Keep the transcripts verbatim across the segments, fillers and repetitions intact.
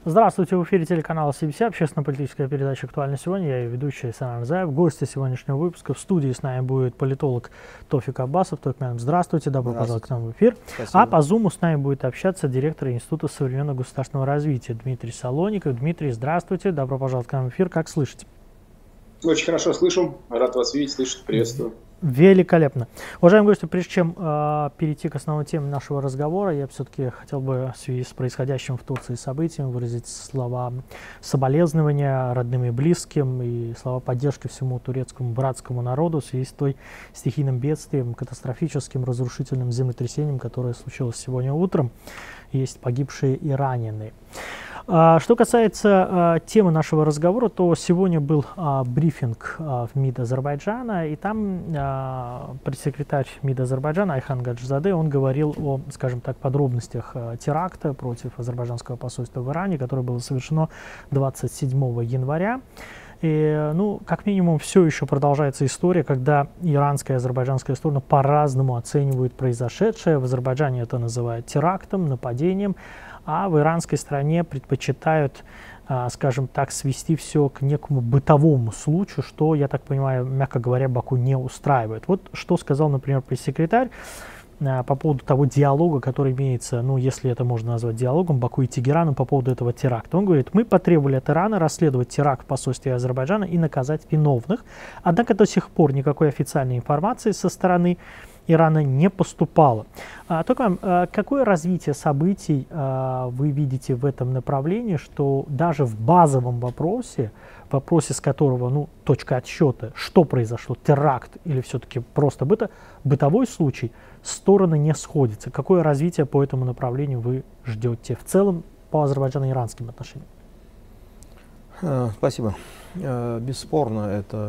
Здравствуйте, в эфире телеканала Си Би Си, общественно-политическая передача «Актуально сегодня». Я ее ведущий Санар Заев. Гости сегодняшнего выпуска в студии с нами будет политолог Тофик Аббасов. Тофик, здравствуйте, добро пожаловать к нам в эфир. Спасибо. А по Зуму с нами будет общаться директор Института современного государственного развития Дмитрий Салоников. Дмитрий, здравствуйте, добро пожаловать к нам в эфир. Как слышите? Очень хорошо слышу, рад вас видеть, слышать, приветствую. Великолепно. Уважаемые гости, прежде чем э, перейти к основной теме нашего разговора, я все-таки хотел бы в связи с происходящим в Турции событием выразить слова соболезнования родным и близким и слова поддержки всему турецкому братскому народу в связи с той стихийным бедствием, катастрофическим, разрушительным землетрясением, которое случилось сегодня утром. Есть погибшие и раненые. Что касается э, темы нашего разговора, то сегодня был э, брифинг э, в МИД Азербайджана, и там э, пресс-секретарь МИД Азербайджана Айхан Гаджизаде, он говорил о, скажем так, подробностях э, теракта против азербайджанского посольства в Иране, которое было совершено двадцать седьмого января. И, ну, как минимум, все еще продолжается история, когда иранская и азербайджанская сторона по-разному оценивают произошедшее. В Азербайджане это называют терактом, нападением, а в иранской стране предпочитают, а, скажем так, свести все к некому бытовому случаю, что, я так понимаю, мягко говоря, Баку не устраивает. Вот что сказал, например, пресс-секретарь а, по поводу того диалога, который имеется, ну, если это можно назвать диалогом, Баку и Тегераном по поводу этого теракта. Он говорит: мы потребовали от Ирана расследовать теракт в посольстве Азербайджана и наказать виновных, однако до сих пор никакой официальной информации со стороны Ирана не поступало. А, только а, какое развитие событий а, вы видите в этом направлении, что даже в базовом вопросе, вопросе, с которого, ну, точка отсчета, что произошло, теракт или все-таки просто быто, бытовой случай, стороны не сходятся? Какое развитие по этому направлению вы ждете в целом по азербайджано-иранским отношениям? Спасибо. Бесспорно, это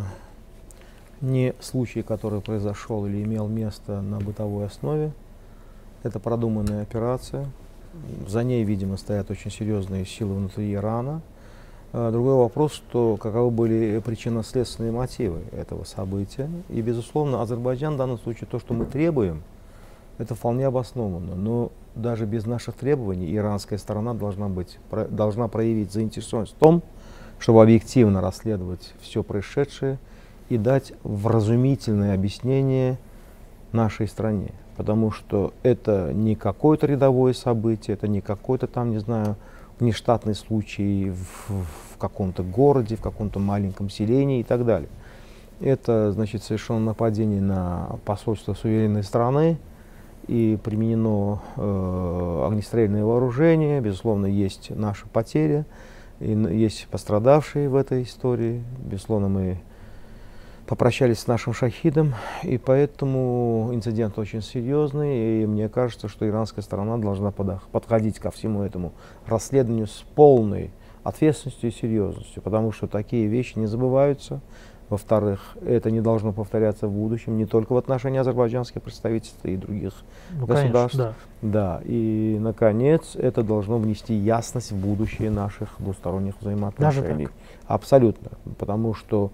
не случай, который произошел или имел место на бытовой основе. Это продуманная операция. За ней, видимо, стоят очень серьезные силы внутри Ирана. Другой вопрос, что каковы были причинно-следственные мотивы этого события. И, безусловно, Азербайджан в данном случае, то, что мы требуем, это вполне обоснованно. Но даже без наших требований иранская сторона должна, быть, должна проявить заинтересованность в том, чтобы объективно расследовать все происшедшее и дать вразумительное объяснение нашей стране. Потому что это не какое-то рядовое событие, это не какой-то там, не знаю, внештатный случай в, в каком-то городе, в каком-то маленьком селении и так далее. Это, значит, совершено нападение на посольство суверенной страны и применено э, огнестрельное вооружение. Безусловно, есть наши потери, и есть пострадавшие в этой истории. Безусловно, мы попрощались с нашим шахидом, и поэтому инцидент очень серьезный, и мне кажется, что иранская сторона должна подходить ко всему этому расследованию с полной ответственностью и серьезностью, потому что такие вещи не забываются. Во-вторых, это не должно повторяться в будущем, не только в отношении азербайджанских представительств и других ну, государств. Конечно, да. Да. И, наконец, это должно внести ясность в будущее наших двусторонних взаимоотношений. Даже так? Абсолютно, потому что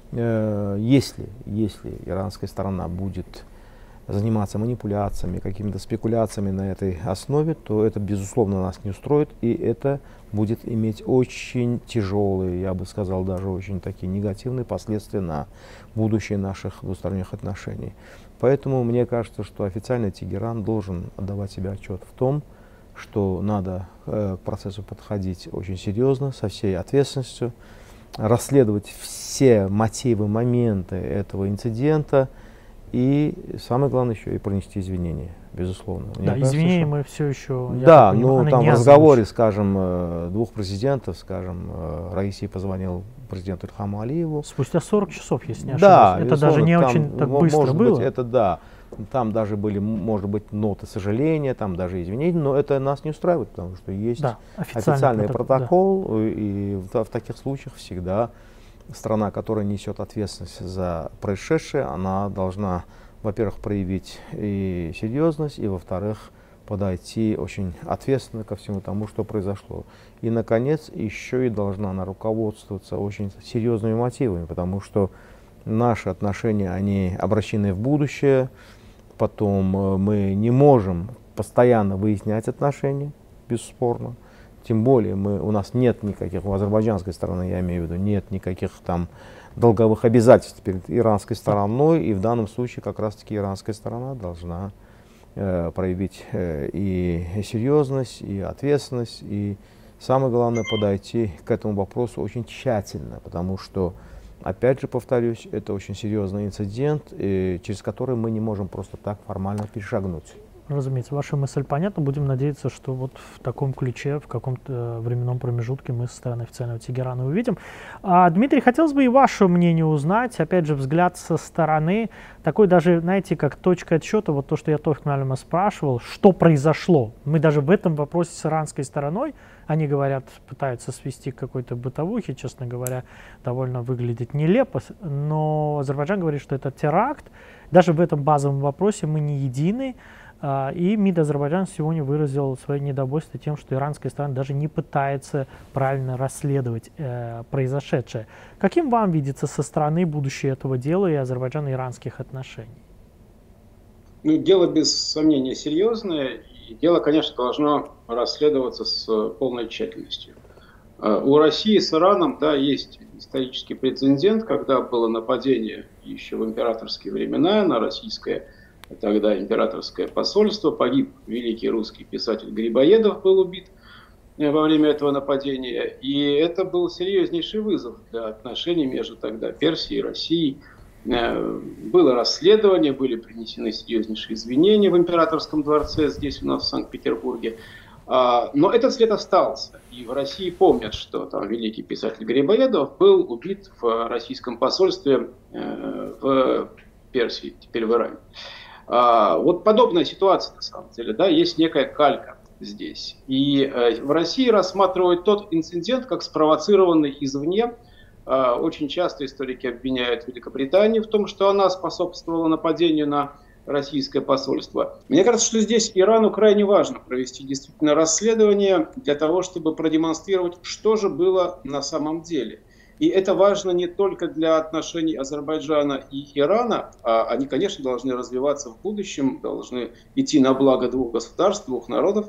Если, если иранская сторона будет заниматься манипуляциями, какими-то спекуляциями на этой основе, то это, безусловно, нас не устроит, и это будет иметь очень тяжелые, я бы сказал, даже очень такие негативные последствия на будущее наших двусторонних отношений. Поэтому мне кажется, что официально Тегеран должен отдавать себе отчет в том, что надо э, к процессу подходить очень серьезно, со всей ответственностью, расследовать все мотивы, моменты этого инцидента и, самое главное, еще и пронести извинения, безусловно. Мне да, кажется, извинения что... мы все еще... Да, ну там в разговоре, скажем, двух президентов, скажем, Раиси позвонил президенту Ильхаму Алиеву. Спустя сорок часов, если не ошибаюсь. Да, это даже не там, очень так быстро может было. Быть, это да. Там даже были, может быть, ноты сожаления, там даже извинения, но это нас не устраивает, потому что есть да, официальный, официальный протокол, протокол да. и в, в таких случаях всегда страна, которая несет ответственность за происшедшее, она должна, во-первых, проявить и серьезность, и, во-вторых, подойти очень ответственно ко всему тому, что произошло. И, наконец, еще и должна она руководствоваться очень серьезными мотивами, потому что наши отношения, они обращены в будущее, потом мы не можем постоянно выяснять отношения, бесспорно. Тем более мы, у нас нет никаких, у азербайджанской стороны, я имею в виду, нет никаких там долговых обязательств перед иранской стороной, и в данном случае как раз-таки иранская сторона должна э, проявить э, и серьезность, и ответственность, и самое главное подойти к этому вопросу очень тщательно, потому что, опять же повторюсь, это очень серьезный инцидент, э, через который мы не можем просто так формально перешагнуть. Разумеется, ваша мысль понятна. Будем надеяться, что вот в таком ключе, в каком-то временном промежутке мы со стороны официального Тегерана увидим. А, Дмитрий, хотелось бы и ваше мнение узнать. Опять же, взгляд со стороны, такой даже, знаете, как точка отсчета, вот то, что я Товфик Малема спрашивал, что произошло. Мы даже в этом вопросе с иранской стороной, они говорят, пытаются свести к какой-то бытовухе, честно говоря, довольно выглядит нелепо, но Азербайджан говорит, что это теракт. Даже в этом базовом вопросе мы не едины. И МИД Азербайджана сегодня выразил свое недовольство тем, что иранская сторона даже не пытается правильно расследовать э, произошедшее. Каким вам видится со стороны будущее этого дела и азербайджано-иранских отношений? Ну, дело без сомнения серьезное, и дело, конечно, должно расследоваться с полной тщательностью. У России с Ираном, да, есть исторический прецедент, когда было нападение еще в императорские времена на российское тогда императорское посольство, погиб великий русский писатель Грибоедов, был убит во время этого нападения. И это был серьезнейший вызов для отношений между тогда Персией и Россией. Было расследование, были принесены серьезнейшие извинения в императорском дворце здесь у нас в Санкт-Петербурге. Но этот след остался. И в России помнят, что там великий писатель Грибоедов был убит в российском посольстве в Персии, теперь в Иране. А, вот подобная ситуация, на самом деле, да, есть некая калька здесь. И э, в России рассматривают тот инцидент как спровоцированный извне. Э, очень часто историки обвиняют Великобританию в том, что она способствовала нападению на российское посольство. Мне кажется, что здесь Ирану крайне важно провести действительно расследование для того, чтобы продемонстрировать, что же было на самом деле. И это важно не только для отношений Азербайджана и Ирана, а они, конечно, должны развиваться в будущем, должны идти на благо двух государств, двух народов,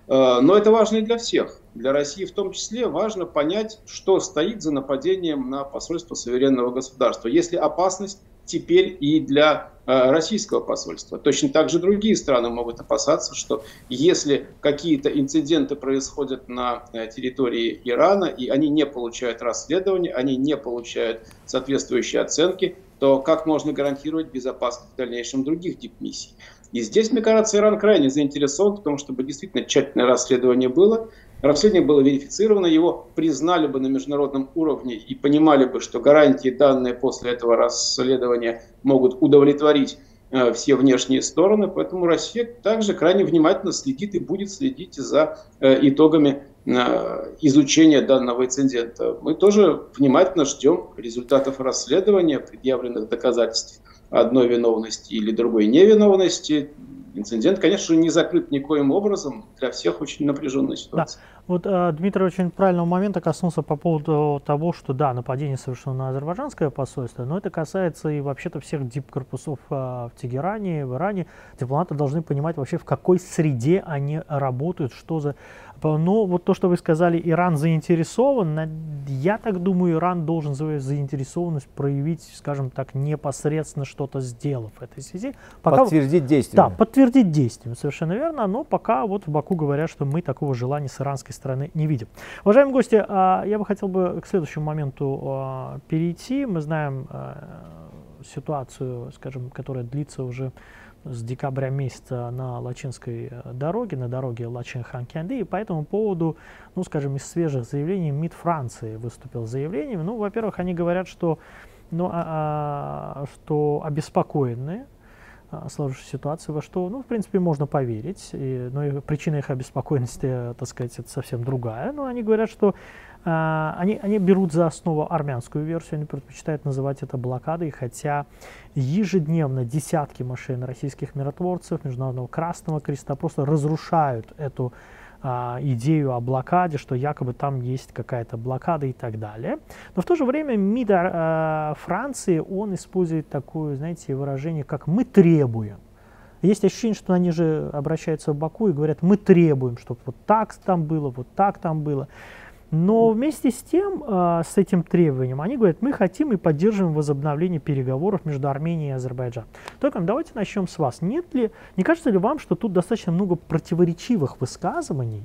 но это важно и для всех. Для России в том числе важно понять, что стоит за нападением на посольство суверенного государства. Если опасность теперь и для э, российского посольства. Точно так же другие страны могут опасаться, что если какие-то инциденты происходят на э, территории Ирана, и они не получают расследования, они не получают соответствующие оценки, то как можно гарантировать безопасность в дальнейшем других дипмиссий? И здесь, мне кажется, Иран крайне заинтересован в том, чтобы действительно тщательное расследование было. Расследование было верифицировано, его признали бы на международном уровне и понимали бы, что гарантии, данные после этого расследования, могут удовлетворить э, все внешние стороны. Поэтому Россия также крайне внимательно следит и будет следить за э, итогами э, изучения данного инцидента. Мы тоже внимательно ждем результатов расследования, предъявленных доказательств одной виновности или другой невиновности. Инцидент, конечно, не закрыт никоим образом. Для всех очень напряженная ситуация. Да. Вот э, Дмитрий очень правильного момента коснулся по поводу того, что да, нападение совершено на азербайджанское посольство, но это касается и вообще-то всех дипкорпусов э, в Тегеране, в Иране. Дипломаты должны понимать вообще, в какой среде они работают, что за... Но вот то, что вы сказали, Иран заинтересован, я так думаю, Иран должен свою заинтересованность проявить, скажем так, непосредственно что-то сделав в этой связи. Пока... Подтвердить действиями. Да, подтвердить действиями, совершенно верно, но пока вот в Баку говорят, что мы такого желания с иранской стороны не видим. Уважаемые гости, я бы хотел бы к следующему моменту перейти. Мы знаем ситуацию, скажем, которая длится уже с декабря месяца на Лачинской дороге, на дороге Лачин-Ханкенди, и по этому поводу, ну, скажем, из свежих заявлений МИД Франции выступил с заявлением. Ну, во-первых, они говорят, что, ну, а, а, что обеспокоены сложившейся ситуации, во что, ну, в принципе, можно поверить, и, но и причина их обеспокоенности, так сказать, это совсем другая, но они говорят, что а, они, они берут за основу армянскую версию, они предпочитают называть это блокадой, хотя ежедневно десятки машин российских миротворцев, Международного Красного Креста просто разрушают эту а, идею о блокаде, что якобы там есть какая-то блокада и так далее. Но в то же время МИД а, Франции, он использует такое, знаете, выражение, как «мы требуем». Есть ощущение, что они же обращаются в Баку и говорят, мы требуем, чтобы вот так там было, вот так там было. Но вместе с тем, э, с этим требованием, они говорят, мы хотим и поддерживаем возобновление переговоров между Арменией и Азербайджаном. Только давайте начнем с вас. Нет ли, не кажется ли вам, что тут достаточно много противоречивых высказываний?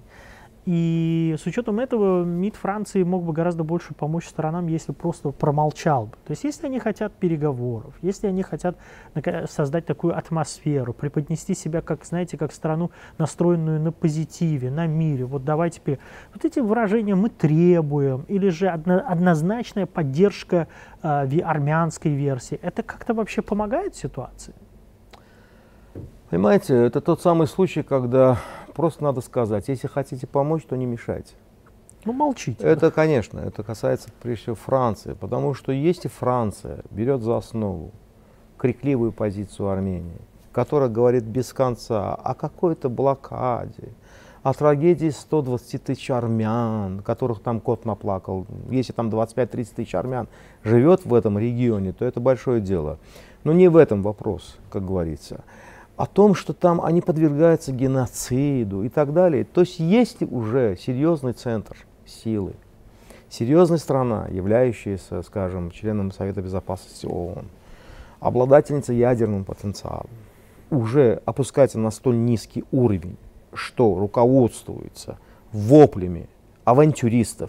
И с учетом этого МИД Франции мог бы гораздо больше помочь сторонам, если просто промолчал бы. То есть если они хотят переговоров, если они хотят создать такую атмосферу, преподнести себя, как, знаете, как страну, настроенную на позитиве, на мире, вот давайте теперь, вот эти выражения «мы требуем» или же одно, однозначная поддержка э, армянской версии, это как-то вообще помогает ситуации? Понимаете, это тот самый случай, когда просто надо сказать, если хотите помочь, то не мешайте. Ну, молчите. Это, конечно, это касается прежде всего Франции, потому что если Франция берет за основу крикливую позицию Армении, которая говорит без конца о какой-то блокаде, о трагедии ста двадцати тысяч армян, которых там кот наплакал, если там двадцать пять — тридцать тысяч армян живет в этом регионе, то это большое дело. Но не в этом вопрос, как говорится. О том, что там они подвергаются геноциду и так далее. То есть есть уже серьезный центр силы, серьезная страна, являющаяся, скажем, членом Совета Безопасности ООН, обладательница ядерным потенциалом, уже опускается на столь низкий уровень, что руководствуется воплями авантюристов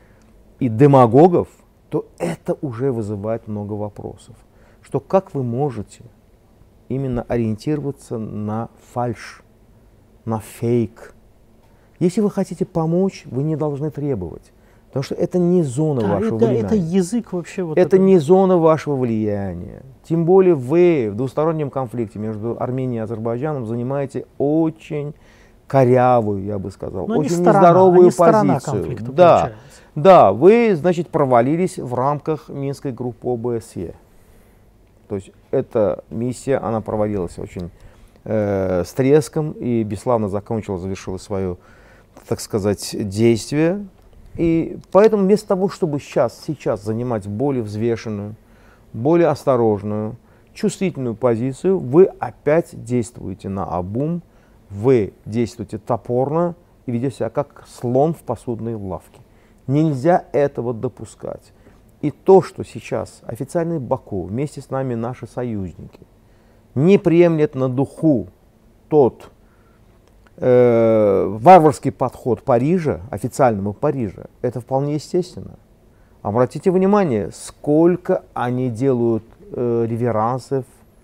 и демагогов, то это уже вызывает много вопросов. Что как вы можете именно ориентироваться на фальшь, на фейк. Если вы хотите помочь, вы не должны требовать, потому что это не зона да, вашего это, влияния. Это язык вообще. Вот это, это не зона вашего влияния. Тем более вы в двустороннем конфликте между Арменией и Азербайджаном занимаете очень корявую, я бы сказал, но очень сторона, нездоровую позицию. Да, да, вы, значит, провалились в рамках Минской группы О Бэ С Е. То есть эта миссия, она проводилась очень э, с треском и бесславно закончила, завершила свое, так сказать, действие. И поэтому вместо того, чтобы сейчас, сейчас занимать более взвешенную, более осторожную, чувствительную позицию, вы опять действуете наобум, вы действуете топорно и ведете себя как слон в посудной лавке. Нельзя этого допускать. И то, что сейчас официальный Баку, вместе с нами наши союзники, не приемлет на духу тот э, варварский подход Парижа, официального Парижа, это вполне естественно. Обратите внимание, сколько они делают э, реверансов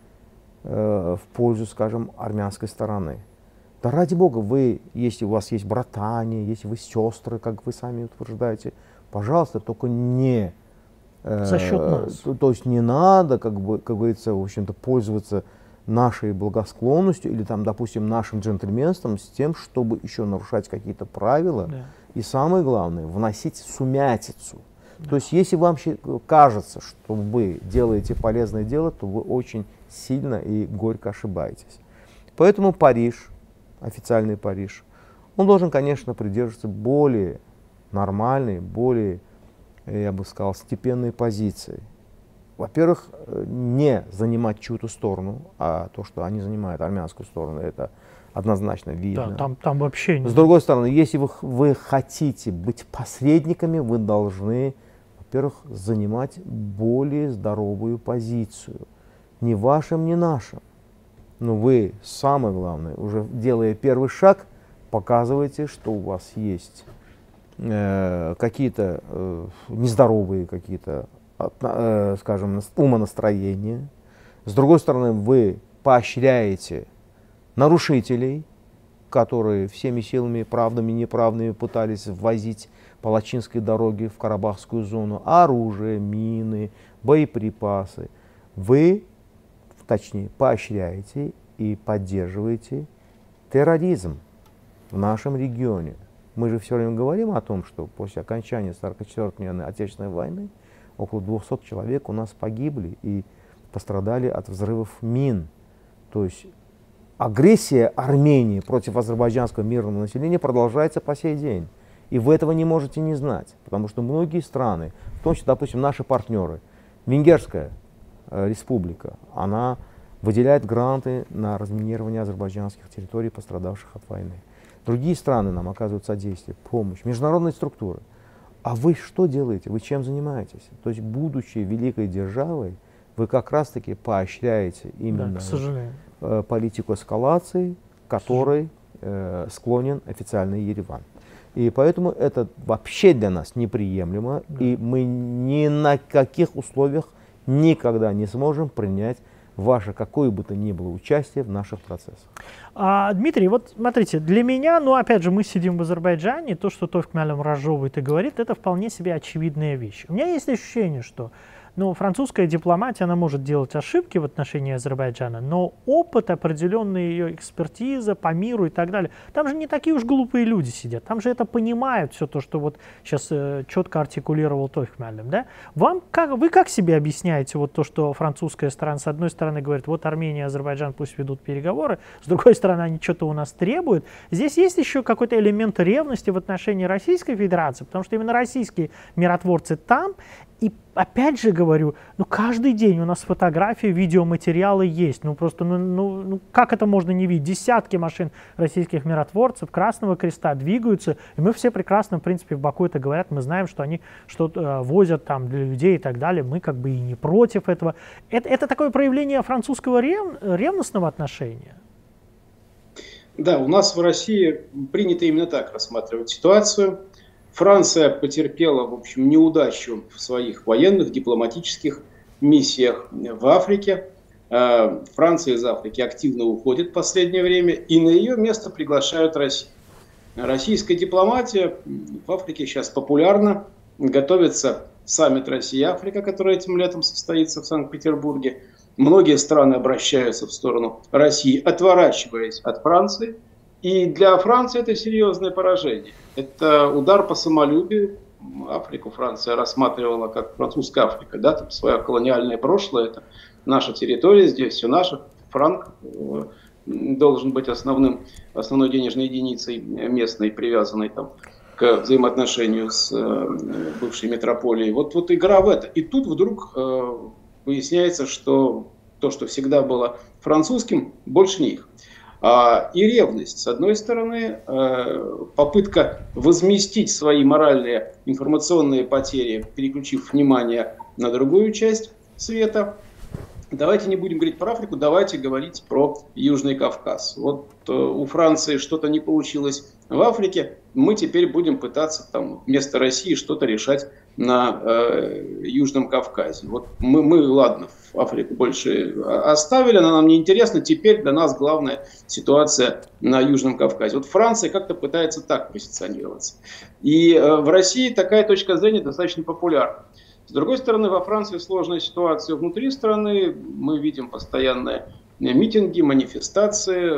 э, в пользу, скажем, армянской стороны. Да ради бога, вы, если у вас есть братания, если вы сестры, как вы сами утверждаете, пожалуйста, только не за счет нас. То, то есть не надо, как бы, как говорится, в общем-то, пользоваться нашей благосклонностью или там, допустим, нашим джентльменством с тем, чтобы еще нарушать какие-то правила. Да. И самое главное, вносить сумятицу. Да. То есть если вам кажется, что вы делаете полезное дело, то вы очень сильно и горько ошибаетесь. Поэтому Париж, официальный Париж, он должен, конечно, придерживаться более нормальной, более, я бы сказал, степенной позиции. Во-первых, не занимать чью-то сторону, а то, что они занимают армянскую сторону, это однозначно видно. Да, там, там вообще не... С другой стороны, если вы, вы хотите быть посредниками, вы должны, во-первых, занимать более здоровую позицию. Ни вашим, ни нашим. Но вы, самое главное, уже делая первый шаг, показываете, что у вас есть э, какие-то э, нездоровые какие-то, э, скажем, умонастроения. С другой стороны, вы поощряете нарушителей, которые всеми силами, правдами и неправдами пытались ввозить по Лачинской дороге в Карабахскую зону оружие, мины, боеприпасы. Вы, точнее, поощряете и поддерживаете терроризм в нашем регионе. Мы же все время говорим о том, что после окончания сорок четвёртой Отечественной войны около двухсот человек у нас погибли и пострадали от взрывов мин. То есть агрессия Армении против азербайджанского мирного населения продолжается по сей день. И вы этого не можете не знать, потому что многие страны, в том числе, допустим, наши партнеры, Венгерская э, республика, она выделяет гранты на разминирование азербайджанских территорий, пострадавших от войны. Другие страны нам оказывают содействие, помощь, международные структуры. А вы что делаете? Вы чем занимаетесь? То есть, будучи великой державой, вы как раз-таки поощряете именно да, к сожалению. э, политику эскалации, которой э, склонен официальный Ереван. И поэтому это вообще для нас неприемлемо, да. И мы ни на каких условиях никогда не сможем принять ваше какое бы то ни было участие в наших процессах. А, Дмитрий, вот смотрите, для меня, ну опять же, мы сидим в Азербайджане, то, что Товфик Муалим разжевывает и говорит, это вполне себе очевидная вещь. У меня есть ощущение, что ну, французская дипломатия, она может делать ошибки в отношении Азербайджана, но опыт, определенная ее экспертиза по миру и так далее, там же не такие уж глупые люди сидят, там же это понимают, все то, что вот сейчас э, четко артикулировал Товфик Муалим, да? Вам как, вы как себе объясняете вот то, что французская сторона, с одной стороны, говорит, вот Армения и Азербайджан пусть ведут переговоры, с другой стороны, они что-то у нас требуют. Здесь есть еще какой-то элемент ревности в отношении Российской Федерации, потому что именно российские миротворцы там. И опять же говорю, ну каждый день у нас фотографии, видеоматериалы есть. Ну просто, ну, ну, ну как это можно не видеть? Десятки машин российских миротворцев, Красного Креста двигаются. И мы все прекрасно, в принципе, в Баку это говорят. Мы знаем, что они что-то э, возят там для людей и так далее. Мы как бы и не против этого. Это, это такое проявление французского рев, ревностного отношения. Да, у нас в России принято именно так рассматривать ситуацию. Франция потерпела, в общем, неудачу в своих военных, дипломатических миссиях в Африке. Франция из Африки активно уходит в последнее время, и на ее место приглашают Россию. Российская дипломатия в Африке сейчас популярна. Готовится саммит Россия-Африка, который этим летом состоится в Санкт-Петербурге. Многие страны обращаются в сторону России, отворачиваясь от Франции. И для Франции это серьезное поражение. Это удар по самолюбию. Африку Франция рассматривала как французская Африка, да, там свое колониальное прошлое, это наша территория, здесь все наше. Франк должен быть основным, основной денежной единицей местной, привязанной там, к взаимоотношению с бывшей метрополией. Вот, вот игра в это. И тут вдруг э, выясняется, что то, что всегда было французским, больше не их. И ревность, с одной стороны, попытка возместить свои моральные информационные потери, переключив внимание на другую часть света. Давайте не будем говорить про Африку, давайте говорить про Южный Кавказ. Вот у Франции что-то не получилось в Африке, мы теперь будем пытаться там, вместо России что-то решать на э, Южном Кавказе. Вот мы, мы, ладно, Африку больше оставили, она нам не интересна, теперь для нас главная ситуация на Южном Кавказе. Вот Франция как-то пытается так позиционироваться. И э, в России такая точка зрения достаточно популярна. С другой стороны, во Франции сложная ситуация внутри страны, мы видим постоянные митинги, манифестации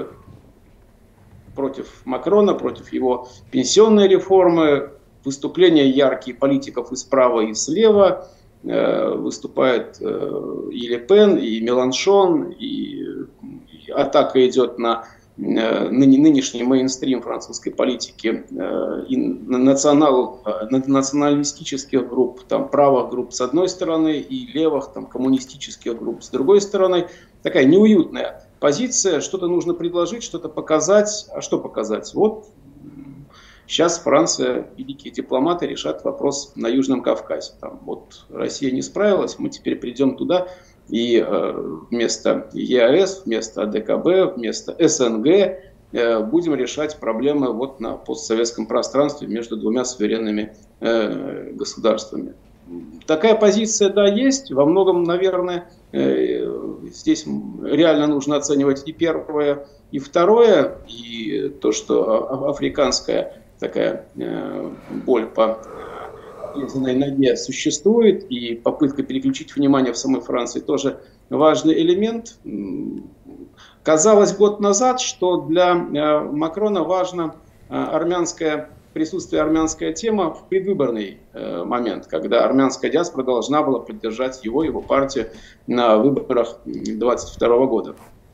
против Макрона, против его пенсионной реформы, выступления яркие политиков и справа, и слева. Выступает и Ле Пен, и Меланшон, и атака идет на нынешний мейнстрим французской политики, и национал, националистических групп, там, правых групп с одной стороны, и левых там, коммунистических групп с другой стороны. Такая неуютная позиция, что-то нужно предложить, что-то показать. А что показать? Вот сейчас Франция, великие дипломаты, решат вопрос на Южном Кавказе. Там, вот Россия не справилась, мы теперь придем туда и э, вместо Е А Эс, вместо А Дэ Ка Бэ, вместо Эс Эн Гэ э, будем решать проблемы вот на постсоветском пространстве между двумя суверенными э, государствами. Такая позиция, да, есть. Во многом, наверное, э, здесь реально нужно оценивать и первое, и второе. И то, что африканская такая э, боль по отрезанной ноге существует, и попытка переключить внимание в самой Франции тоже важный элемент. Казалось год назад, что для э, Макрона важно э, армянское присутствие, армянская тема в предвыборный э, момент, когда армянская диаспора должна была поддержать его, его партию на выборах две тысячи двадцать второго года.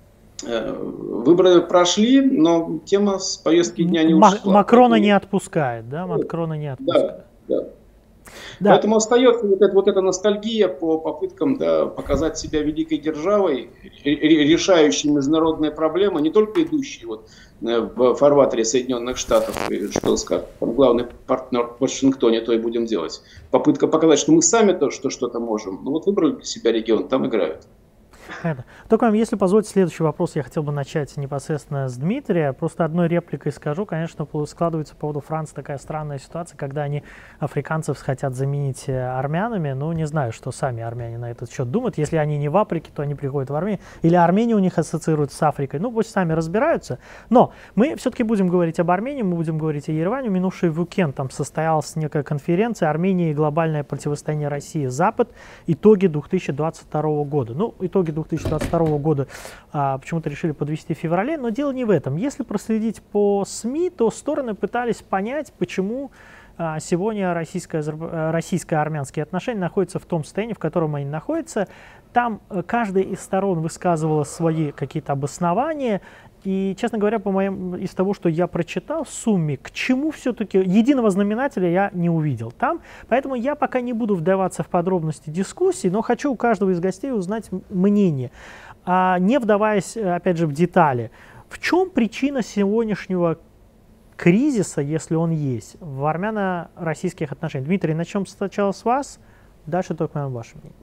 Выборы прошли, но тема с повестки дня не ушла. Макрона не отпускает, да? Макрона не отпускает. Да, да. Да. Поэтому остается вот эта, вот эта ностальгия по попыткам, да, показать себя великой державой, решающей международные проблемы, не только идущие вот в фарватере Соединенных Штатов, что скажет там главный партнер в Вашингтоне, то и будем делать. Попытка показать, что мы сами то, что что-то можем. Ну вот выбрали для себя регион, там играют. Только, если позволите, следующий вопрос я хотел бы начать непосредственно с Дмитрия. Просто одной репликой скажу, конечно, складывается по поводу Франции такая странная ситуация, когда они африканцев хотят заменить армянами. Ну, не знаю, что сами армяне на этот счет думают. Если они не в Африке, то они приходят в Армению. Или Армения у них ассоциируется с Африкой. Ну, пусть сами разбираются. Но мы все-таки будем говорить об Армении, мы будем говорить о Ереване. Минувший уикенд там состоялась некая конференция «Армения и глобальное противостояние России-Запад. Итоги две тысячи двадцать второго года». Ну, итоги две тысячи двадцать второго года а, почему-то решили подвести в феврале, но дело не в этом. Если проследить по СМИ, то стороны пытались понять, почему а, сегодня российско-армянские отношения находятся в том состоянии, в котором они находятся. Там каждая из сторон высказывала свои какие-то обоснования. И, честно говоря, по моим, из того, что я прочитал в сумме, к чему все-таки единого знаменателя я не увидел там. Поэтому я пока не буду вдаваться в подробности дискуссии, но хочу у каждого из гостей узнать мнение. А не вдаваясь, опять же, в детали, в чем причина сегодняшнего кризиса, если он есть, в армяно-российских отношениях? Дмитрий, начнем сначала с вас, дальше только ваше мнение.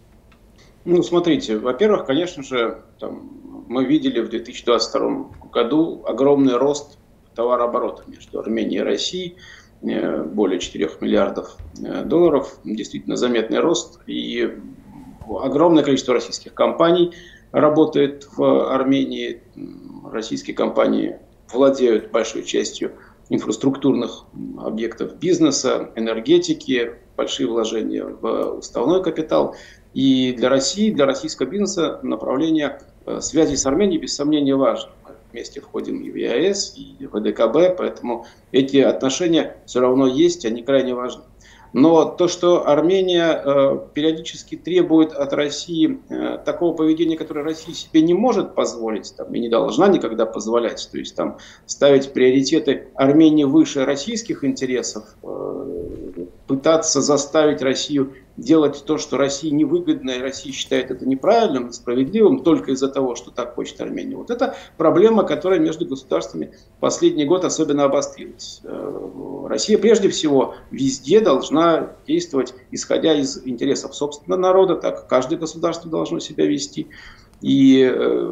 Ну, смотрите, во-первых, конечно же, там, мы видели в две тысячи двадцать втором году огромный рост товарооборота между Арменией и Россией, более четырёх миллиардов долларов, действительно заметный рост, и огромное количество российских компаний работает в Армении, российские компании владеют большой частью инфраструктурных объектов бизнеса, энергетики, большие вложения в уставной капитал. И для России, для российского бизнеса направление связи с Арменией, без сомнения, важно. Мы вместе входим и в ЕАЭС, и в ДКБ, поэтому эти отношения все равно есть, они крайне важны. Но то, что Армения э, периодически требует от России э, такого поведения, которое Россия себе не может позволить, там, и не должна никогда позволять, то есть там, ставить приоритеты Армении выше российских интересов, э, пытаться заставить Россию делать то, что России невыгодно, и Россия считает это неправильным, несправедливым, только из-за того, что так хочет Армения. Вот это проблема, которая между государствами последний год особенно обострилась. Россия прежде всего везде должна действовать, исходя из интересов собственного народа, так каждое государство должно себя вести. И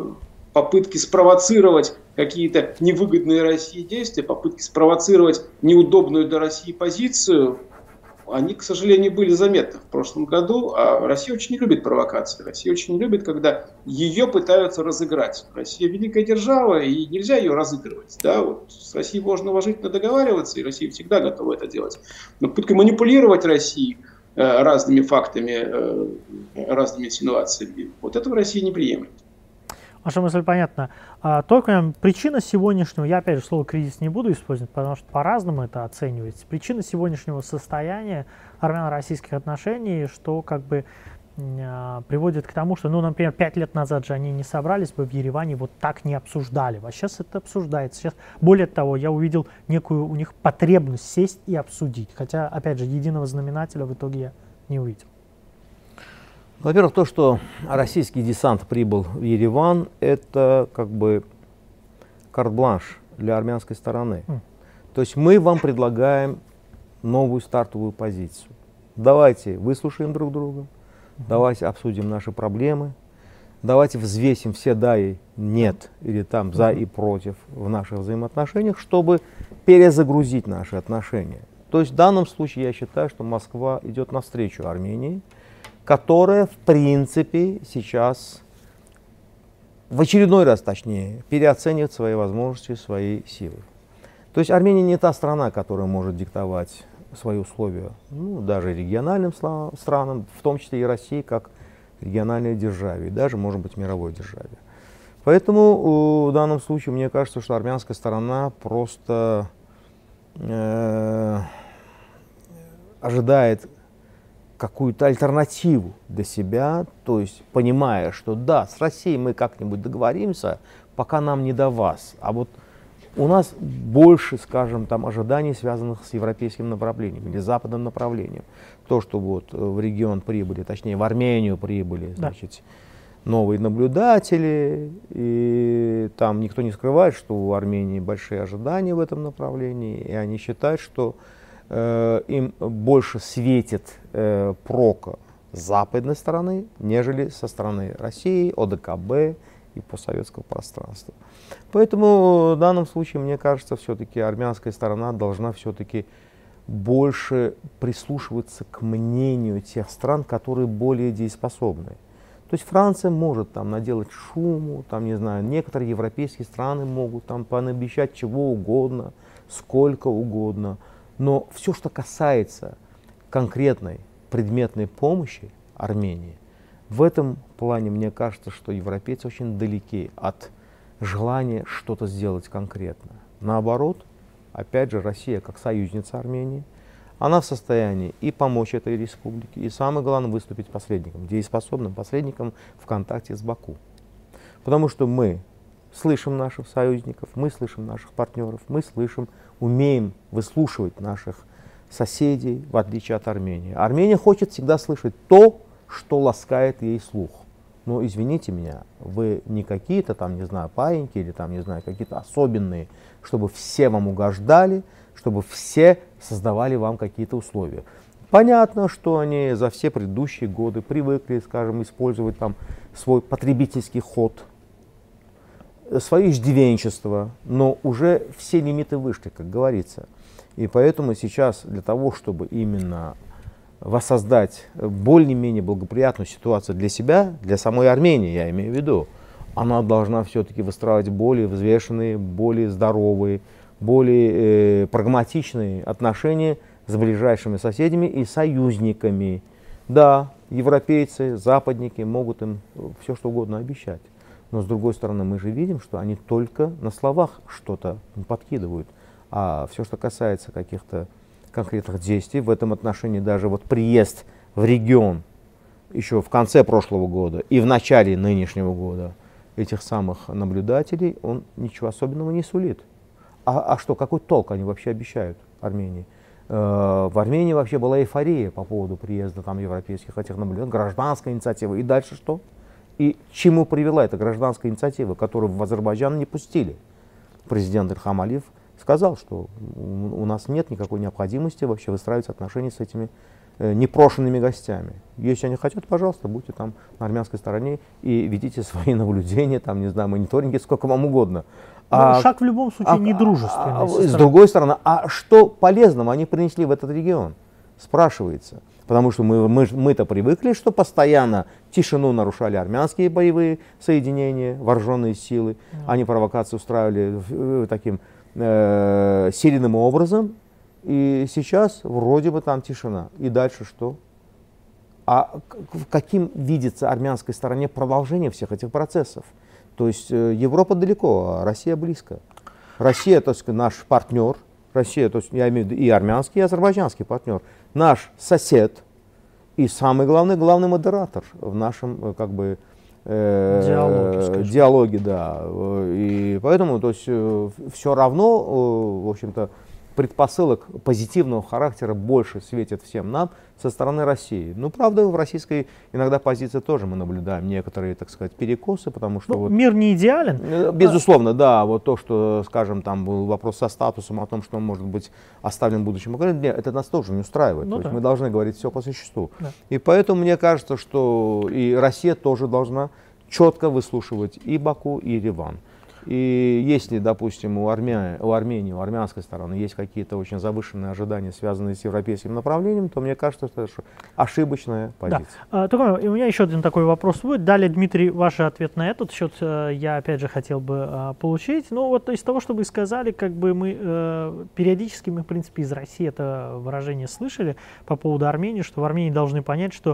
попытки спровоцировать какие-то невыгодные России действия, попытки спровоцировать неудобную для России позицию, они, к сожалению, были заметны в прошлом году, а Россия очень не любит провокации. Россия очень не любит, когда ее пытаются разыграть. Россия великая держава, и нельзя ее разыгрывать. Да? Вот с Россией можно уважительно договариваться, и Россия всегда готова это делать. Но попытка манипулировать Россией э, разными фактами, э, разными инсинуациями, вот этого Россия не приемлет. Ваша мысль понятна. А, только причина сегодняшнего, я опять же слово кризис не буду использовать, потому что по-разному это оценивается. Причина сегодняшнего состояния армяно-российских отношений, что как бы а, приводит к тому, что, ну, например, пять лет назад же они не собрались бы в Ереване, вот так не обсуждали. А сейчас это обсуждается. Сейчас, более того, я увидел некую у них потребность сесть и обсудить. Хотя, опять же, единого знаменателя в итоге я не увидел. Во-первых, то, что российский десант прибыл в Ереван, это как бы карт-бланш для армянской стороны. Mm. То есть мы вам предлагаем новую стартовую позицию. Давайте выслушаем друг друга, mm-hmm. давайте обсудим наши проблемы, давайте взвесим все да и нет, или там mm-hmm. за и против в наших взаимоотношениях, чтобы перезагрузить наши отношения. То есть в данном случае я считаю, что Москва идет навстречу Армении, которая, в принципе, сейчас, в очередной раз, точнее, переоценивает свои возможности, свои силы. То есть Армения не та страна, которая может диктовать свои условия, ну, даже региональным странам, в том числе и России, как региональной державе, и даже, может быть, мировой державе. Поэтому в данном случае мне кажется, что армянская сторона просто э, ожидает какую-то альтернативу для себя, то есть понимая, что да, с Россией мы как-нибудь договоримся, пока нам не до вас. А вот у нас больше, скажем, там ожиданий, связанных с европейским направлением или западным направлением. То, что вот в регион прибыли, точнее в Армению прибыли, Да. значит, новые наблюдатели, и там никто не скрывает, что у Армении большие ожидания в этом направлении, и они считают, что э, им больше светит э, прока с западной стороны, нежели со стороны России, О Дэ Ка Бэ и постсоветского пространства. Поэтому в данном случае, мне кажется, все-таки армянская сторона должна все-таки больше прислушиваться к мнению тех стран, которые более дееспособны. То есть Франция может там наделать шуму, там, не знаю, некоторые европейские страны могут там пообещать чего угодно, сколько угодно, но все, что касается конкретной предметной помощи Армении, в этом плане мне кажется, что европейцы очень далеки от желания что-то сделать конкретно. Наоборот, опять же, Россия как союзница Армении, она в состоянии и помочь этой республике, и самое главное выступить посредником, дееспособным посредником в контакте с Баку. Потому что мы слышим наших союзников, мы слышим наших партнеров, мы слышим, умеем выслушивать наших соседей, в отличие от Армении. Армения хочет всегда слышать то, что ласкает ей слух. Но извините меня, вы не какие-то там, не знаю, паиньки или там, не знаю, какие-то особенные, чтобы все вам угождали, чтобы все создавали вам какие-то условия. Понятно, что они за все предыдущие годы привыкли, скажем, использовать там свой потребительский ход, свое иждивенчество, но уже все лимиты вышли, как говорится. И поэтому сейчас для того, чтобы именно воссоздать более-менее благоприятную ситуацию для себя, для самой Армении, я имею в виду, она должна все-таки выстраивать более взвешенные, более здоровые, более э, прагматичные отношения с ближайшими соседями и союзниками. Да, европейцы, западники могут им все что угодно обещать, но с другой стороны мы же видим, что они только на словах что-то подкидывают, а все, что касается каких-то конкретных действий в этом отношении, даже вот приезд в регион еще в конце прошлого года и в начале нынешнего года этих самых наблюдателей, он ничего особенного не сулит. А, а что, какой толк они вообще обещают Армении? Э, в Армении вообще была эйфория по поводу приезда там европейских этих наблюдателей, гражданская инициатива. И дальше что? И к чему привела эта гражданская инициатива, которую в Азербайджан не пустили? Президент Ильхам Алиев сказал, что у нас нет никакой необходимости вообще выстраивать отношения с этими э, непрошенными гостями. Если они хотят, пожалуйста, будьте там на армянской стороне и ведите свои наблюдения, там, не знаю, мониторинги, сколько вам угодно. А, шаг в любом случае а, недружественный. А, с другой стороны, а что полезного они принесли в этот регион? Спрашивается. Потому что мы, мы, мы-то привыкли, что постоянно тишину нарушали армянские боевые соединения, вооруженные силы. Yeah. Они провокации устраивали э, таким э, сильным образом. И сейчас вроде бы там тишина. И дальше что? А каким видится армянской стороне продолжение всех этих процессов? То есть э, Европа далеко, а Россия близко. Россия, то есть наш партнер, Россия, то есть я имею в виду и армянский, и азербайджанский партнер, наш сосед и самый главный, главный модератор в нашем как бы э, диалоге, диалоге, да. И поэтому, то есть э, все равно, э, в общем-то, предпосылок позитивного характера больше светит всем нам со стороны России. Ну, правда, в российской иногда позиции тоже мы наблюдаем некоторые, так сказать, перекосы, потому что... Ну, вот, мир не идеален. Безусловно, да. Вот то, что, скажем, там был вопрос со статусом, о том, что он может быть оставлен будущему поколению, это нас тоже не устраивает. Ну, то да. есть мы должны говорить все по существу. Да. И поэтому мне кажется, что и Россия тоже должна четко выслушивать и Баку, и Ереван. И если, допустим, у, Армя... у Армении, у армянской стороны есть какие-то очень завышенные ожидания, связанные с европейским направлением, то мне кажется, что это ошибочная позиция. Да. А, только, у меня еще один такой вопрос будет. Далее, Дмитрий, ваш ответ на этот счет я опять же хотел бы а, получить. Ну вот из того, что вы сказали, как бы мы э, периодически, мы в принципе из России это выражение слышали по поводу Армении, что в Армении должны понять, что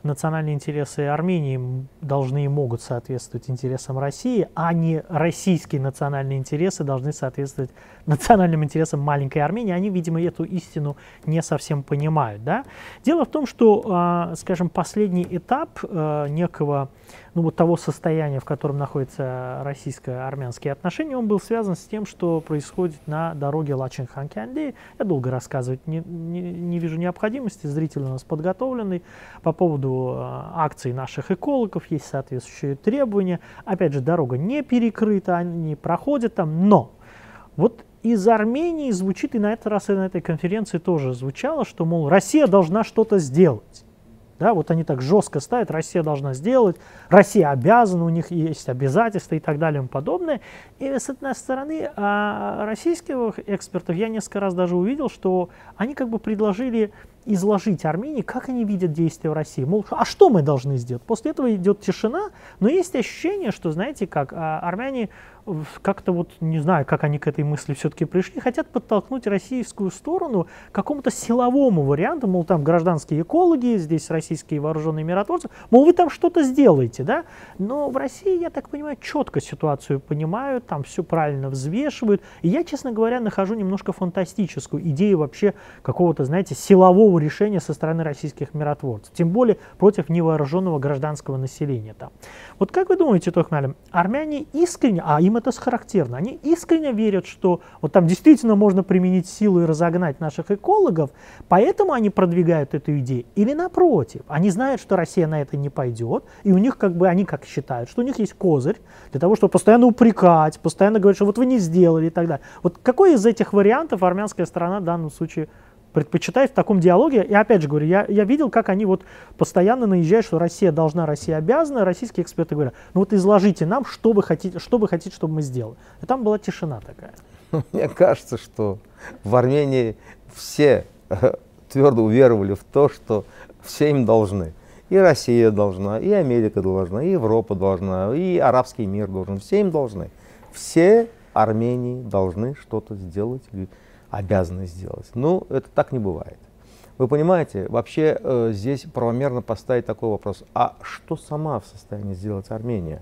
национальные интересы Армении должны и могут соответствовать интересам России, а не российские национальные интересы должны соответствовать национальным интересам маленькой Армении. Они, видимо, эту истину не совсем понимают. Да? Дело в том, что, скажем, последний этап некого, ну, вот того состояния, в котором находятся российско-армянские отношения, он был связан с тем, что происходит на дороге Лачин-Ханкянди. Я долго рассказывать не, не, не вижу необходимости, зритель у нас подготовленный. По поводу акций наших экологов есть соответствующие требования. Опять же, дорога не перекрыта, они проходят там, но вот из Армении звучит, и на этот раз и на этой конференции тоже звучало, что, мол, Россия должна что-то сделать. Да, вот они так жестко ставят, Россия должна сделать, Россия обязана, у них есть обязательства и так далее и тому подобное. И с одной стороны, а российских экспертов я несколько раз даже увидел, что они как бы предложили изложить Армении, как они видят действия в России. Мол, а что мы должны сделать? После этого идет тишина, но есть ощущение, что, знаете, как а, армяне как-то вот, не знаю, как они к этой мысли все-таки пришли, хотят подтолкнуть российскую сторону к какому-то силовому варианту, мол, там гражданские экологи, здесь российские вооруженные миротворцы, мол, вы там что-то сделаете, да? Но в России, я так понимаю, четко ситуацию понимают, там все правильно взвешивают. И я, честно говоря, нахожу немножко фантастическую идею вообще какого-то, знаете, силового решения со стороны российских миротворцев, тем более против невооруженного гражданского населения там. Вот как вы думаете, Тохмалим, армяне искренне, а им это характерно, они искренне верят, что вот там действительно можно применить силу и разогнать наших экологов, поэтому они продвигают эту идею? Или напротив, они знают, что Россия на это не пойдет, и у них как бы, они как считают, что у них есть козырь для того, чтобы постоянно упрекать, постоянно говорить, что вот вы не сделали и так далее. Вот какой из этих вариантов армянская сторона в данном случае предпочитает в таком диалоге? И опять же говорю, я, я видел, как они вот постоянно наезжают, что Россия должна, Россия обязана. Российские эксперты говорят, ну вот изложите нам, что вы хотите, что вы хотите, чтобы мы сделали. И там была тишина такая. Мне кажется, что в Армении все твердо уверовали в то, что все им должны. И Россия должна, и Америка должна, и Европа должна, и арабский мир должен. Все им должны. Все Армении должны что-то сделать, обязаны сделать. Ну, это так не бывает. Вы понимаете, вообще э, здесь правомерно поставить такой вопрос. А что сама в состоянии сделать Армения?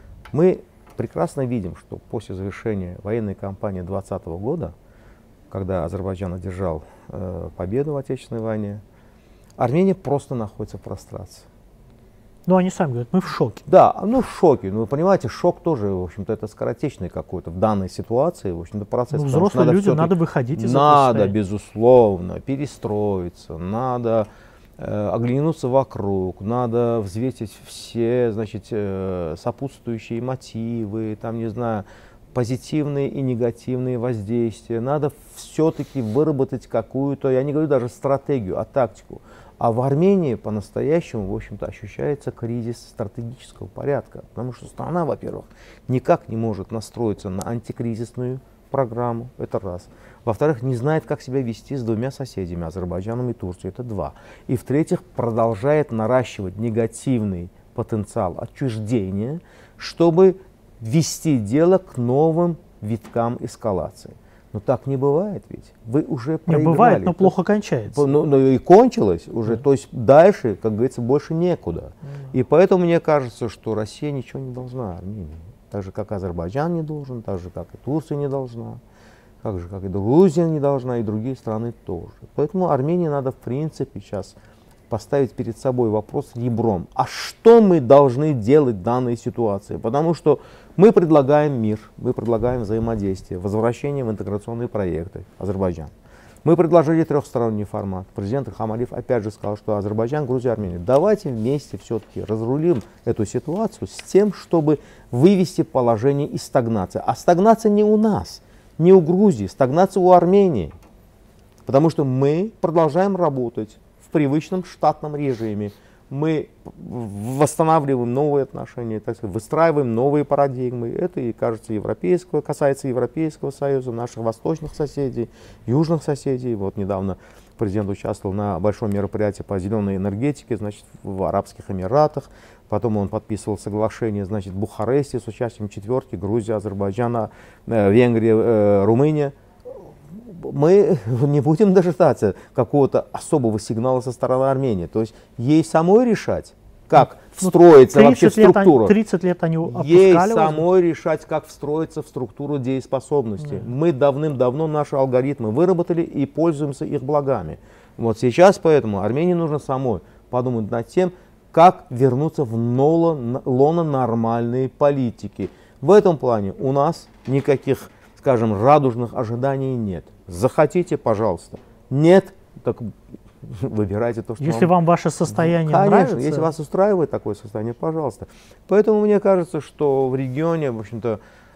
Мы прекрасно видим, что после завершения военной кампании двадцатого года, когда Азербайджан одержал э, победу в Отечественной войне, Армения просто находится в прострации. Ну, они сами говорят, мы в шоке. Да, ну в шоке. Ну, вы понимаете, шок тоже, в общем-то, это скоротечный какой-то в данной ситуации, в общем-то, процесс. Ну, взрослые люди, надо выходить из этого Надо, состояния. безусловно, перестроиться, надо э, оглянуться вокруг, надо взвесить все, значит, э, сопутствующие мотивы, там, не знаю, позитивные и негативные воздействия. Надо все-таки выработать какую-то, я не говорю даже стратегию, а тактику. А в Армении по-настоящему, в общем-то, ощущается кризис стратегического порядка. Потому что страна, во-первых, никак не может настроиться на антикризисную программу, это раз. Во-вторых, не знает, как себя вести с двумя соседями, Азербайджаном и Турцией, это два. И в-третьих, продолжает наращивать негативный потенциал отчуждения, чтобы вести дело к новым виткам эскалации. Но так не бывает ведь. Вы уже проиграли. Не бывает, но плохо кончается. Ну, ну и кончилось уже. Да. То есть дальше, как говорится, больше некуда. Да. И поэтому мне кажется, что Россия ничего не должна Армении. Так же, как Азербайджан не должен, так же, как и Турция не должна, так же, как и Грузия не должна, и другие страны тоже. Поэтому Армении надо, в принципе, сейчас поставить перед собой вопрос ребром. А что мы должны делать в данной ситуации? Потому что мы предлагаем мир, мы предлагаем взаимодействие, возвращение в интеграционные проекты Азербайджан. Мы предложили трехсторонний формат. Президент Ильхам Алиев опять же сказал, что Азербайджан, Грузия, Армения. Давайте вместе все-таки разрулим эту ситуацию с тем, чтобы вывести положение из стагнации. А стагнация не у нас, не у Грузии, стагнация у Армении. Потому что мы продолжаем работать в привычном штатном режиме. Мы восстанавливаем новые отношения, так сказать, выстраиваем новые парадигмы. Это, и кажется, европейского, касается Европейского Союза, наших восточных соседей, южных соседей. Вот недавно президент участвовал на большом мероприятии по зеленой энергетике, значит, в Арабских Эмиратах. Потом он подписывал соглашение, значит, в Бухаресте с участием четверки: Грузия, Азербайджана, Венгрия, Румыния. Мы не будем дожидаться какого-то особого сигнала со стороны Армении. То есть ей самой решать, как встроиться ну, вообще в структуру. тридцать лет они опускали. Ей самой решать, как встроиться в структуру дееспособности. Mm. Мы давным-давно наши алгоритмы выработали и пользуемся их благами. Вот сейчас поэтому Армении нужно самой подумать над тем, как вернуться в лоно нормальной политики. В этом плане у нас никаких, скажем, радужных ожиданий нет. Захотите, пожалуйста. Нет, так выбирайте то, что Если вам, вам ваше состояние Конечно, нравится. Если вас устраивает такое состояние, пожалуйста. Поэтому мне кажется, что в регионе, в общем-то,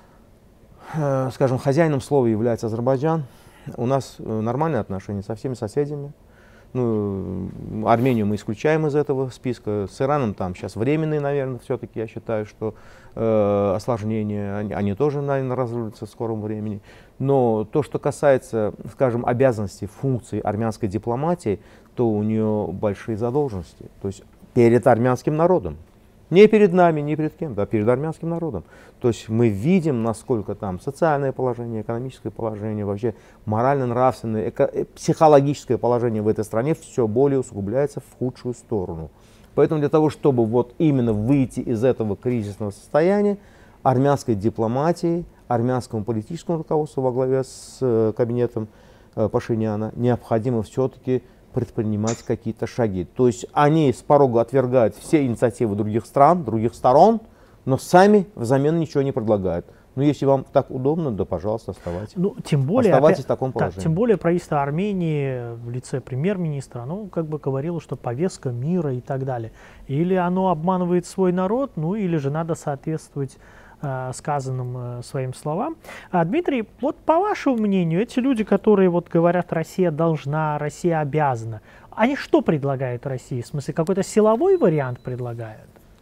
э, скажем, хозяином слова является Азербайджан. У нас нормальные отношения со всеми соседями. Ну, Армению мы исключаем из этого списка. С Ираном там сейчас временные, наверное, все-таки я считаю, что э, осложнения, они, они тоже, наверное, разрулятся в скором времени. Но то, что касается, скажем, обязанностей, функций армянской дипломатии, то у нее большие задолженности. То есть перед армянским народом. Не перед нами, не перед кем, да, перед армянским народом. То есть мы видим, насколько там социальное положение, экономическое положение, вообще морально-нравственное, эко- психологическое положение в этой стране все более усугубляется в худшую сторону. Поэтому для того, чтобы вот именно выйти из этого кризисного состояния, армянской дипломатии, армянскому политическому руководству во главе с э, кабинетом э, Пашиняна необходимо все-таки предпринимать какие-то шаги. То есть они с порога отвергают все инициативы других стран, других сторон, но сами взамен ничего не предлагают. Но если вам так удобно, да, пожалуйста, оставайтесь. Ну, тем более, оставайтесь опять, в таком положении. Да, тем более правительство Армении в лице премьер-министра, оно как бы говорило, что повестка мира и так далее. Или оно обманывает свой народ, ну или же надо соответствовать э, сказанным э, своим словам. А, Дмитрий, вот по вашему мнению, эти люди, которые вот говорят, Россия должна, Россия обязана, они что предлагают России? В смысле, какой-то силовой вариант предлагают?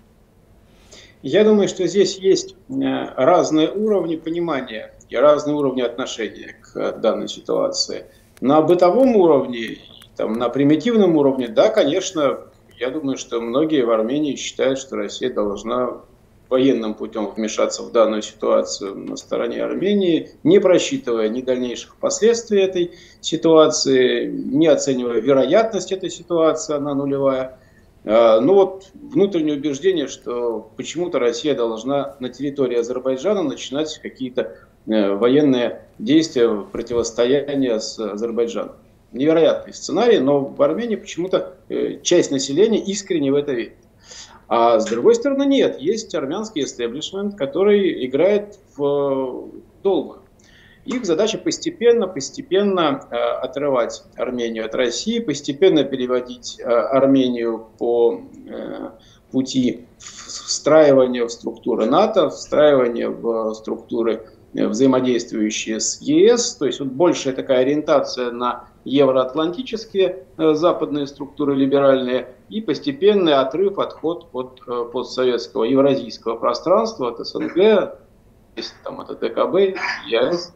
Я думаю, что здесь есть разные уровни понимания и разные уровни отношения к данной ситуации. На бытовом уровне, там, на примитивном уровне, да, конечно, я думаю, что многие в Армении считают, что Россия должна военным путем вмешаться в данную ситуацию на стороне Армении, не просчитывая ни дальнейших последствий этой ситуации, не оценивая вероятность этой ситуации, она нулевая. Ну вот внутреннее убеждение, что почему-то Россия должна на территории Азербайджана начинать какие-то военные действия, противостояния с Азербайджаном. Невероятный сценарий, но в Армении почему-то часть населения искренне в это верит. А с другой стороны нет, есть армянский истеблишмент, который играет в долгую. Их задача постепенно, постепенно э, отрывать Армению от России, постепенно переводить э, Армению по э, пути встраивания в структуры НАТО, встраивания в структуры, э, взаимодействующие с ЕС. То есть вот большая такая ориентация на евроатлантические э, западные структуры, либеральные, и постепенный отрыв, отход от э, постсоветского евразийского пространства, от СНГ, там, от ДКБ, ЕС.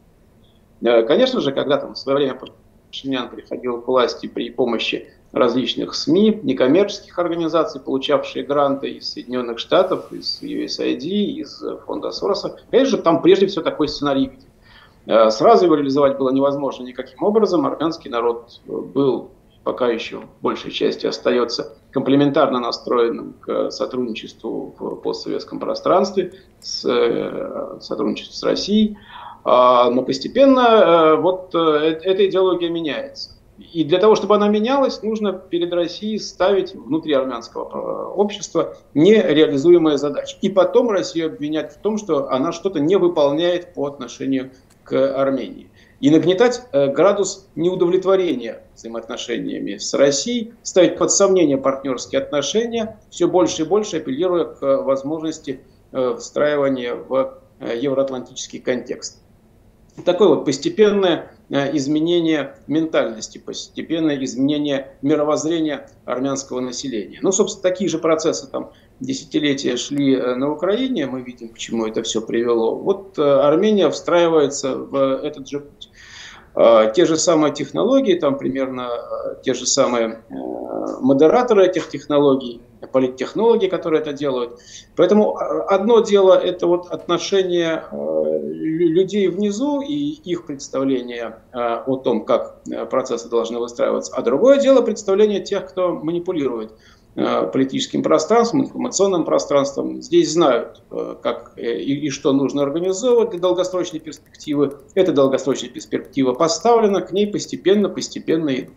Конечно же, когда там в свое время Пашинян приходил к власти при помощи различных СМИ, некоммерческих организаций, получавшие гранты из Соединенных Штатов, из ю эс ай ди, из фонда Сороса, конечно же, там прежде всего такой сценарий видел. Сразу его реализовать было невозможно никаким образом. Армянский народ был, пока еще в большей части остается комплементарно настроенным к сотрудничеству в постсоветском пространстве, с сотрудничеству с Россией. Но постепенно вот эта идеология меняется. И для того, чтобы она менялась, нужно перед Россией ставить внутри армянского общества нереализуемые задачи. И потом Россию обвинять в том, что она что-то не выполняет по отношению к Армении. И нагнетать градус неудовлетворения взаимоотношениями с Россией, ставить под сомнение партнерские отношения, все больше и больше апеллируя к возможности встраивания в евроатлантический контекст. Такое вот постепенное изменение ментальности, постепенное изменение мировоззрения армянского населения. Ну, собственно, такие же процессы там десятилетия шли на Украине, мы видим, к чему это все привело. Вот Армения встраивается в этот же путь. Те же самые технологии, там примерно те же самые модераторы этих технологий, политтехнологи, которые это делают. Поэтому одно дело это вот отношение людей внизу и их представление о том, как процессы должны выстраиваться, а другое дело представление тех, кто манипулирует политическим пространством, информационным пространством. Здесь знают, как и, и что нужно организовывать для долгосрочной перспективы. Эта долгосрочная перспектива поставлена, к ней постепенно, постепенно идут.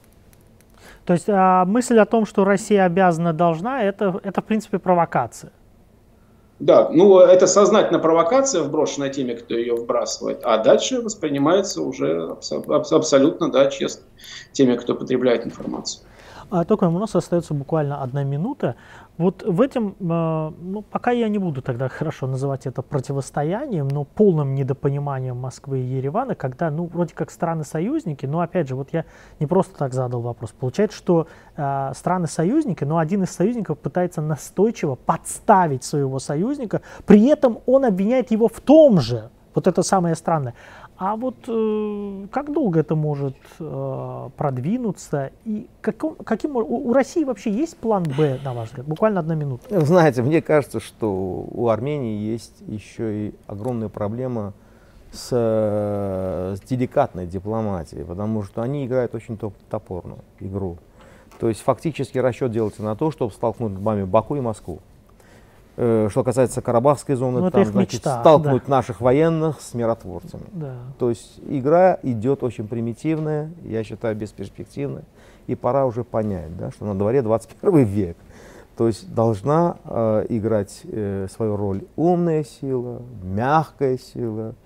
То есть а, мысль о том, что Россия обязана, должна, это, это в принципе провокация. Да, ну это сознательная провокация, вброшенная теми, кто ее вбрасывает, а дальше воспринимается уже абсо- абсолютно, да, честно, теми, кто потребляет информацию. А, только у нас остается буквально одна минута. Вот в этом, э, ну, пока я не буду тогда хорошо называть это противостоянием, но полным недопониманием Москвы и Еревана, когда, ну, вроде как страны-союзники, но опять же, вот я не просто так задал вопрос. Получается, что э, страны-союзники, но один из союзников пытается настойчиво подставить своего союзника, при этом он обвиняет его в том же. Вот это самое странное. А вот э, как долго это может э, продвинуться? И каком, каким, у, у России вообще есть план Б, на ваш взгляд? Буквально одна минута. Знаете, мне кажется, что у Армении есть еще и огромная проблема с, с деликатной дипломатией, потому что они играют очень топорную игру. То есть фактически расчет делается на то, чтобы столкнуть лбами Баку и Москву. Что касается Карабахской зоны, ну, там, значит, мечта, столкнуть да. наших военных с миротворцами. Да. То есть игра идет очень примитивная, я считаю, бесперспективная. И пора уже понять, да, что на дворе двадцать первый век. То есть должна э, играть э, свою роль умная сила, мягкая сила.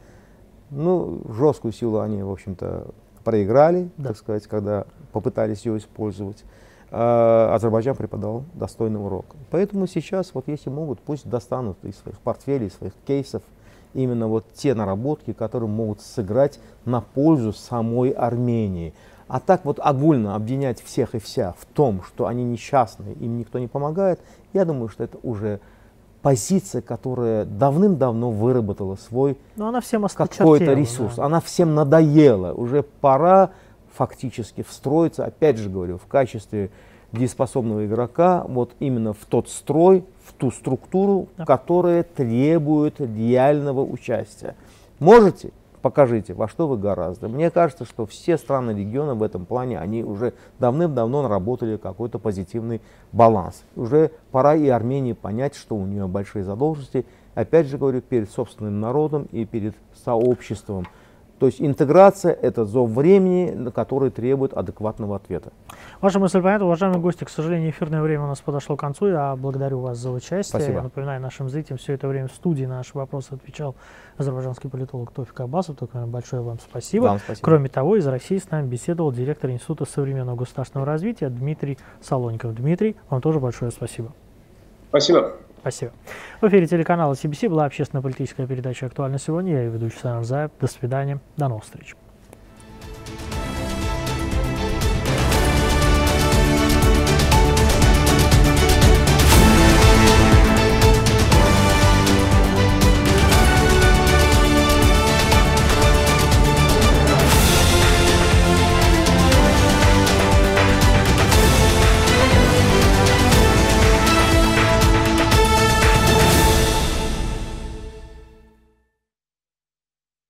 Ну, жесткую силу они, в общем-то, проиграли, да. так сказать, когда попытались ее использовать. Азербайджан преподал достойный урок. Поэтому сейчас, вот если могут, пусть достанут из своих портфелей, из своих кейсов именно вот те наработки, которые могут сыграть на пользу самой Армении. А так вот огульно обвинять всех и вся в том, что они несчастные, им никто не помогает, я думаю, что это уже позиция, которая давным-давно выработала свой какой-то ресурс. Да. Она всем надоела. Уже пора фактически встроиться, опять же говорю, в качестве дееспособного игрока вот именно в тот строй, в ту структуру, да. которая требует реального участия. Можете? Покажите, во что вы гораздо. Мне кажется, что все страны региона в этом плане, они уже давным-давно наработали какой-то позитивный баланс. Уже пора и Армении понять, что у нее большие задолженности, опять же говорю, перед собственным народом и перед сообществом. То есть интеграция – это зов времени, который требует адекватного ответа. Ваша мысль понятна. Уважаемые гости, к сожалению, эфирное время у нас подошло к концу. Я благодарю вас за участие. Спасибо. Я напоминаю нашим зрителям, все это время в студии на наши вопросы отвечал азербайджанский политолог Тофик Аббасов. Только большое вам спасибо. Вам спасибо. Кроме того, из России с нами беседовал директор Института современного государственного развития Дмитрий Солоников. Дмитрий, вам тоже большое спасибо. Спасибо. Спасибо. В эфире телеканала Си Би Си была общественно-политическая передача «Актуально сегодня». Я ее ведущий Сан Арзаев. До свидания. До новых встреч.